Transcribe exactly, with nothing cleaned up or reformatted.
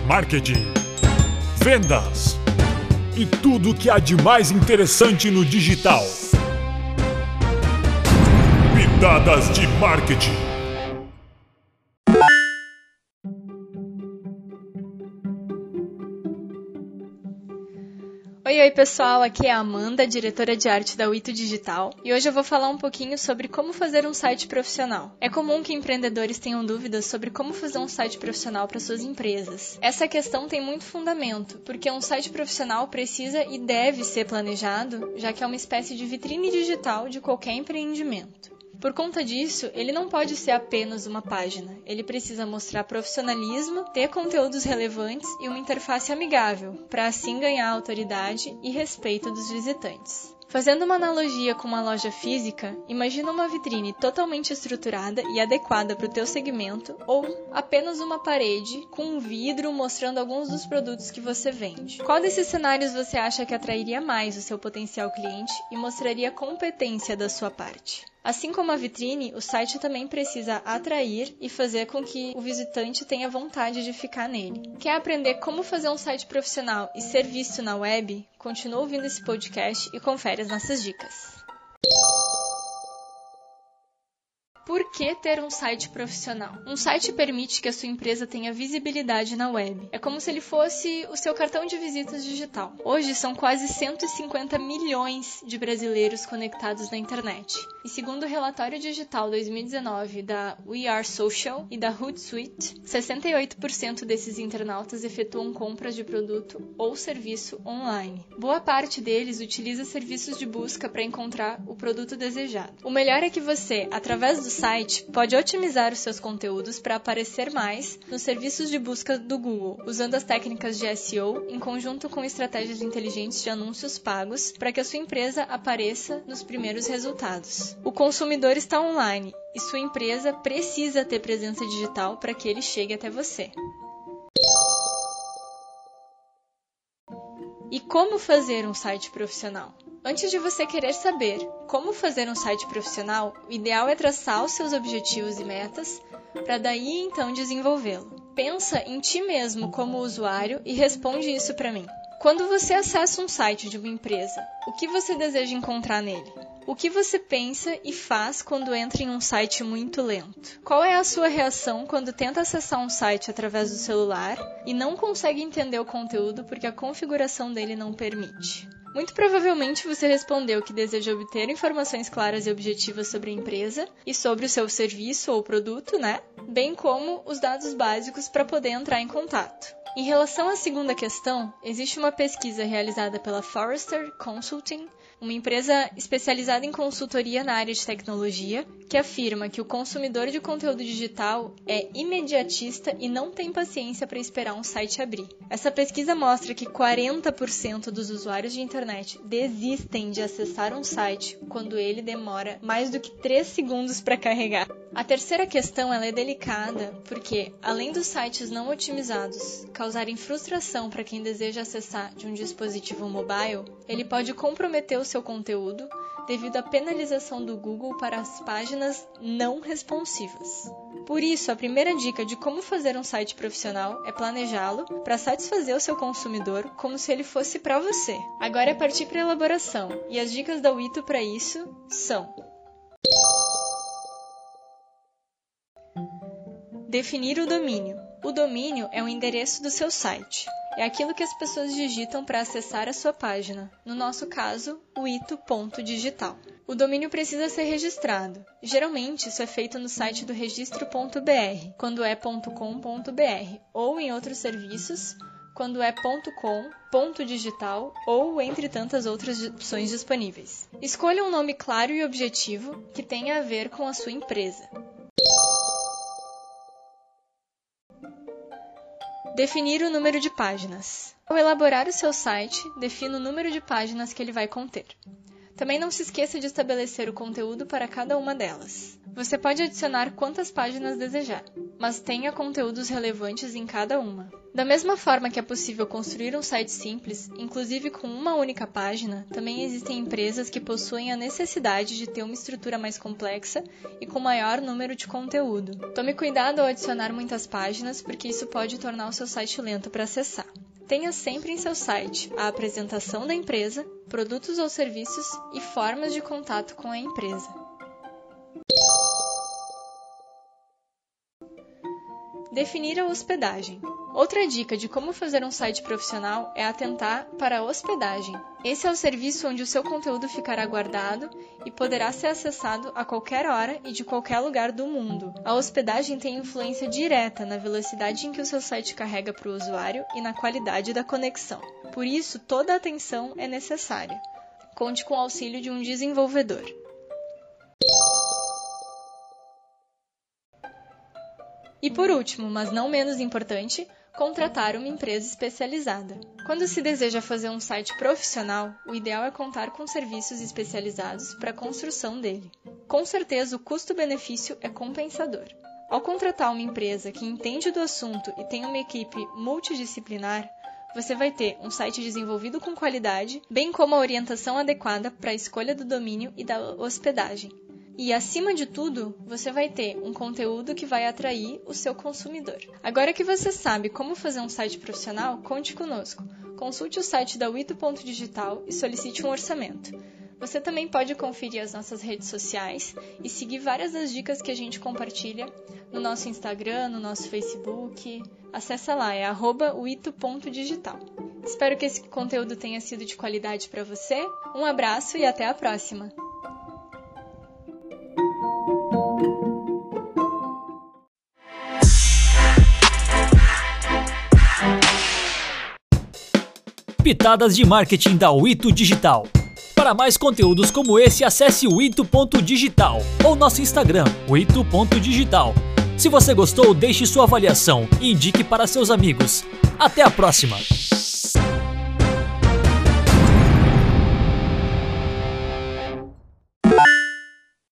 marketing, vendas e tudo o que há de mais interessante no digital. Pitadas de Marketing. Oi, oi pessoal, aqui é a Amanda, diretora de arte da Wito Digital, e hoje eu vou falar um pouquinho sobre como fazer um site profissional. É comum que empreendedores tenham dúvidas sobre como fazer um site profissional para suas empresas. Essa questão tem muito fundamento, porque um site profissional precisa e deve ser planejado, já que é uma espécie de vitrine digital de qualquer empreendimento. Por conta disso, ele não pode ser apenas uma página. Ele precisa mostrar profissionalismo, ter conteúdos relevantes e uma interface amigável, para assim ganhar autoridade e respeito dos visitantes. Fazendo uma analogia com uma loja física, imagina uma vitrine totalmente estruturada e adequada para o teu segmento ou apenas uma parede com um vidro mostrando alguns dos produtos que você vende. Qual desses cenários você acha que atrairia mais o seu potencial cliente e mostraria competência da sua parte? Assim como a vitrine, o site também precisa atrair e fazer com que o visitante tenha vontade de ficar nele. Quer aprender como fazer um site profissional e ser visto na web? Continua ouvindo esse podcast e confere as nossas dicas. Por que ter um site profissional? Um site permite que a sua empresa tenha visibilidade na web. É como se ele fosse o seu cartão de visitas digital. Hoje são quase cento e cinquenta milhões de brasileiros conectados na internet. E segundo o relatório digital dois mil e dezenove da We Are Social e da Hootsuite, sessenta e oito por cento desses internautas efetuam compras de produto ou serviço online. Boa parte deles utiliza serviços de busca para encontrar o produto desejado. O melhor é que você, através do site, pode otimizar os seus conteúdos para aparecer mais nos serviços de busca do Google, usando as técnicas de S E O em conjunto com estratégias inteligentes de anúncios pagos para que a sua empresa apareça nos primeiros resultados. O consumidor está online e sua empresa precisa ter presença digital para que ele chegue até você. E como fazer um site profissional? Antes de você querer saber como fazer um site profissional, o ideal é traçar os seus objetivos e metas para daí então desenvolvê-lo. Pensa em ti mesmo como usuário e responde isso para mim. Quando você acessa um site de uma empresa, o que você deseja encontrar nele? O que você pensa e faz quando entra em um site muito lento? Qual é a sua reação quando tenta acessar um site através do celular e não consegue entender o conteúdo porque a configuração dele não permite? Muito provavelmente você respondeu que deseja obter informações claras e objetivas sobre a empresa e sobre o seu serviço ou produto, né? Bem como os dados básicos para poder entrar em contato. Em relação à segunda questão, existe uma pesquisa realizada pela Forrester Consulting, uma empresa especializada em consultoria na área de tecnologia, que afirma que o consumidor de conteúdo digital é imediatista e não tem paciência para esperar um site abrir. Essa pesquisa mostra que quarenta por cento dos usuários de internet desistem de acessar um site quando ele demora mais do que três segundos para carregar. A terceira questão ela é delicada porque, além dos sites não otimizados causarem frustração para quem deseja acessar de um dispositivo mobile, ele pode comprometer o seu conteúdo devido à penalização do Google para as páginas não responsivas. Por isso, a primeira dica de como fazer um site profissional é planejá-lo para satisfazer o seu consumidor como se ele fosse para você. Agora é partir para a elaboração, e as dicas da Wito para isso são: definir o domínio. O domínio é o endereço do seu site. É aquilo que as pessoas digitam para acessar a sua página, no nosso caso, wito ponto digital. O domínio precisa ser registrado. Geralmente, isso é feito no site do registro ponto b r, quando é .com.br, ou em outros serviços, quando é .com, .digital ou entre tantas outras opções disponíveis. Escolha um nome claro e objetivo que tenha a ver com a sua empresa. Definir o número de páginas. Ao elaborar o seu site, defina o número de páginas que ele vai conter. Também não se esqueça de estabelecer o conteúdo para cada uma delas. Você pode adicionar quantas páginas desejar, mas tenha conteúdos relevantes em cada uma. Da mesma forma que é possível construir um site simples, inclusive com uma única página, também existem empresas que possuem a necessidade de ter uma estrutura mais complexa e com maior número de conteúdo. Tome cuidado ao adicionar muitas páginas, porque isso pode tornar o seu site lento para acessar. Tenha sempre em seu site a apresentação da empresa, produtos ou serviços e formas de contato com a empresa. Definir a hospedagem. Outra dica de como fazer um site profissional é atentar para a hospedagem. Esse é o serviço onde o seu conteúdo ficará guardado e poderá ser acessado a qualquer hora e de qualquer lugar do mundo. A hospedagem tem influência direta na velocidade em que o seu site carrega para o usuário e na qualidade da conexão. Por isso, toda a atenção é necessária. Conte com o auxílio de um desenvolvedor. E por último, mas não menos importante, contratar uma empresa especializada. Quando se deseja fazer um site profissional, o ideal é contar com serviços especializados para a construção dele. Com certeza, o custo-benefício é compensador. Ao contratar uma empresa que entende do assunto e tem uma equipe multidisciplinar, você vai ter um site desenvolvido com qualidade, bem como a orientação adequada para a escolha do domínio e da hospedagem. E, acima de tudo, você vai ter um conteúdo que vai atrair o seu consumidor. Agora que você sabe como fazer um site profissional, conte conosco. Consulte o site da Wito ponto digital e solicite um orçamento. Você também pode conferir as nossas redes sociais e seguir várias das dicas que a gente compartilha no nosso Instagram, no nosso Facebook. Acesse lá, é arroba wito ponto digital. Espero que esse conteúdo tenha sido de qualidade para você. Um abraço e até a próxima! Pitadas de marketing da Wito Digital. Para mais conteúdos como esse, acesse wito ponto digital ou nosso Instagram, wito ponto digital. Se você gostou, deixe sua avaliação e indique para seus amigos. Até a próxima!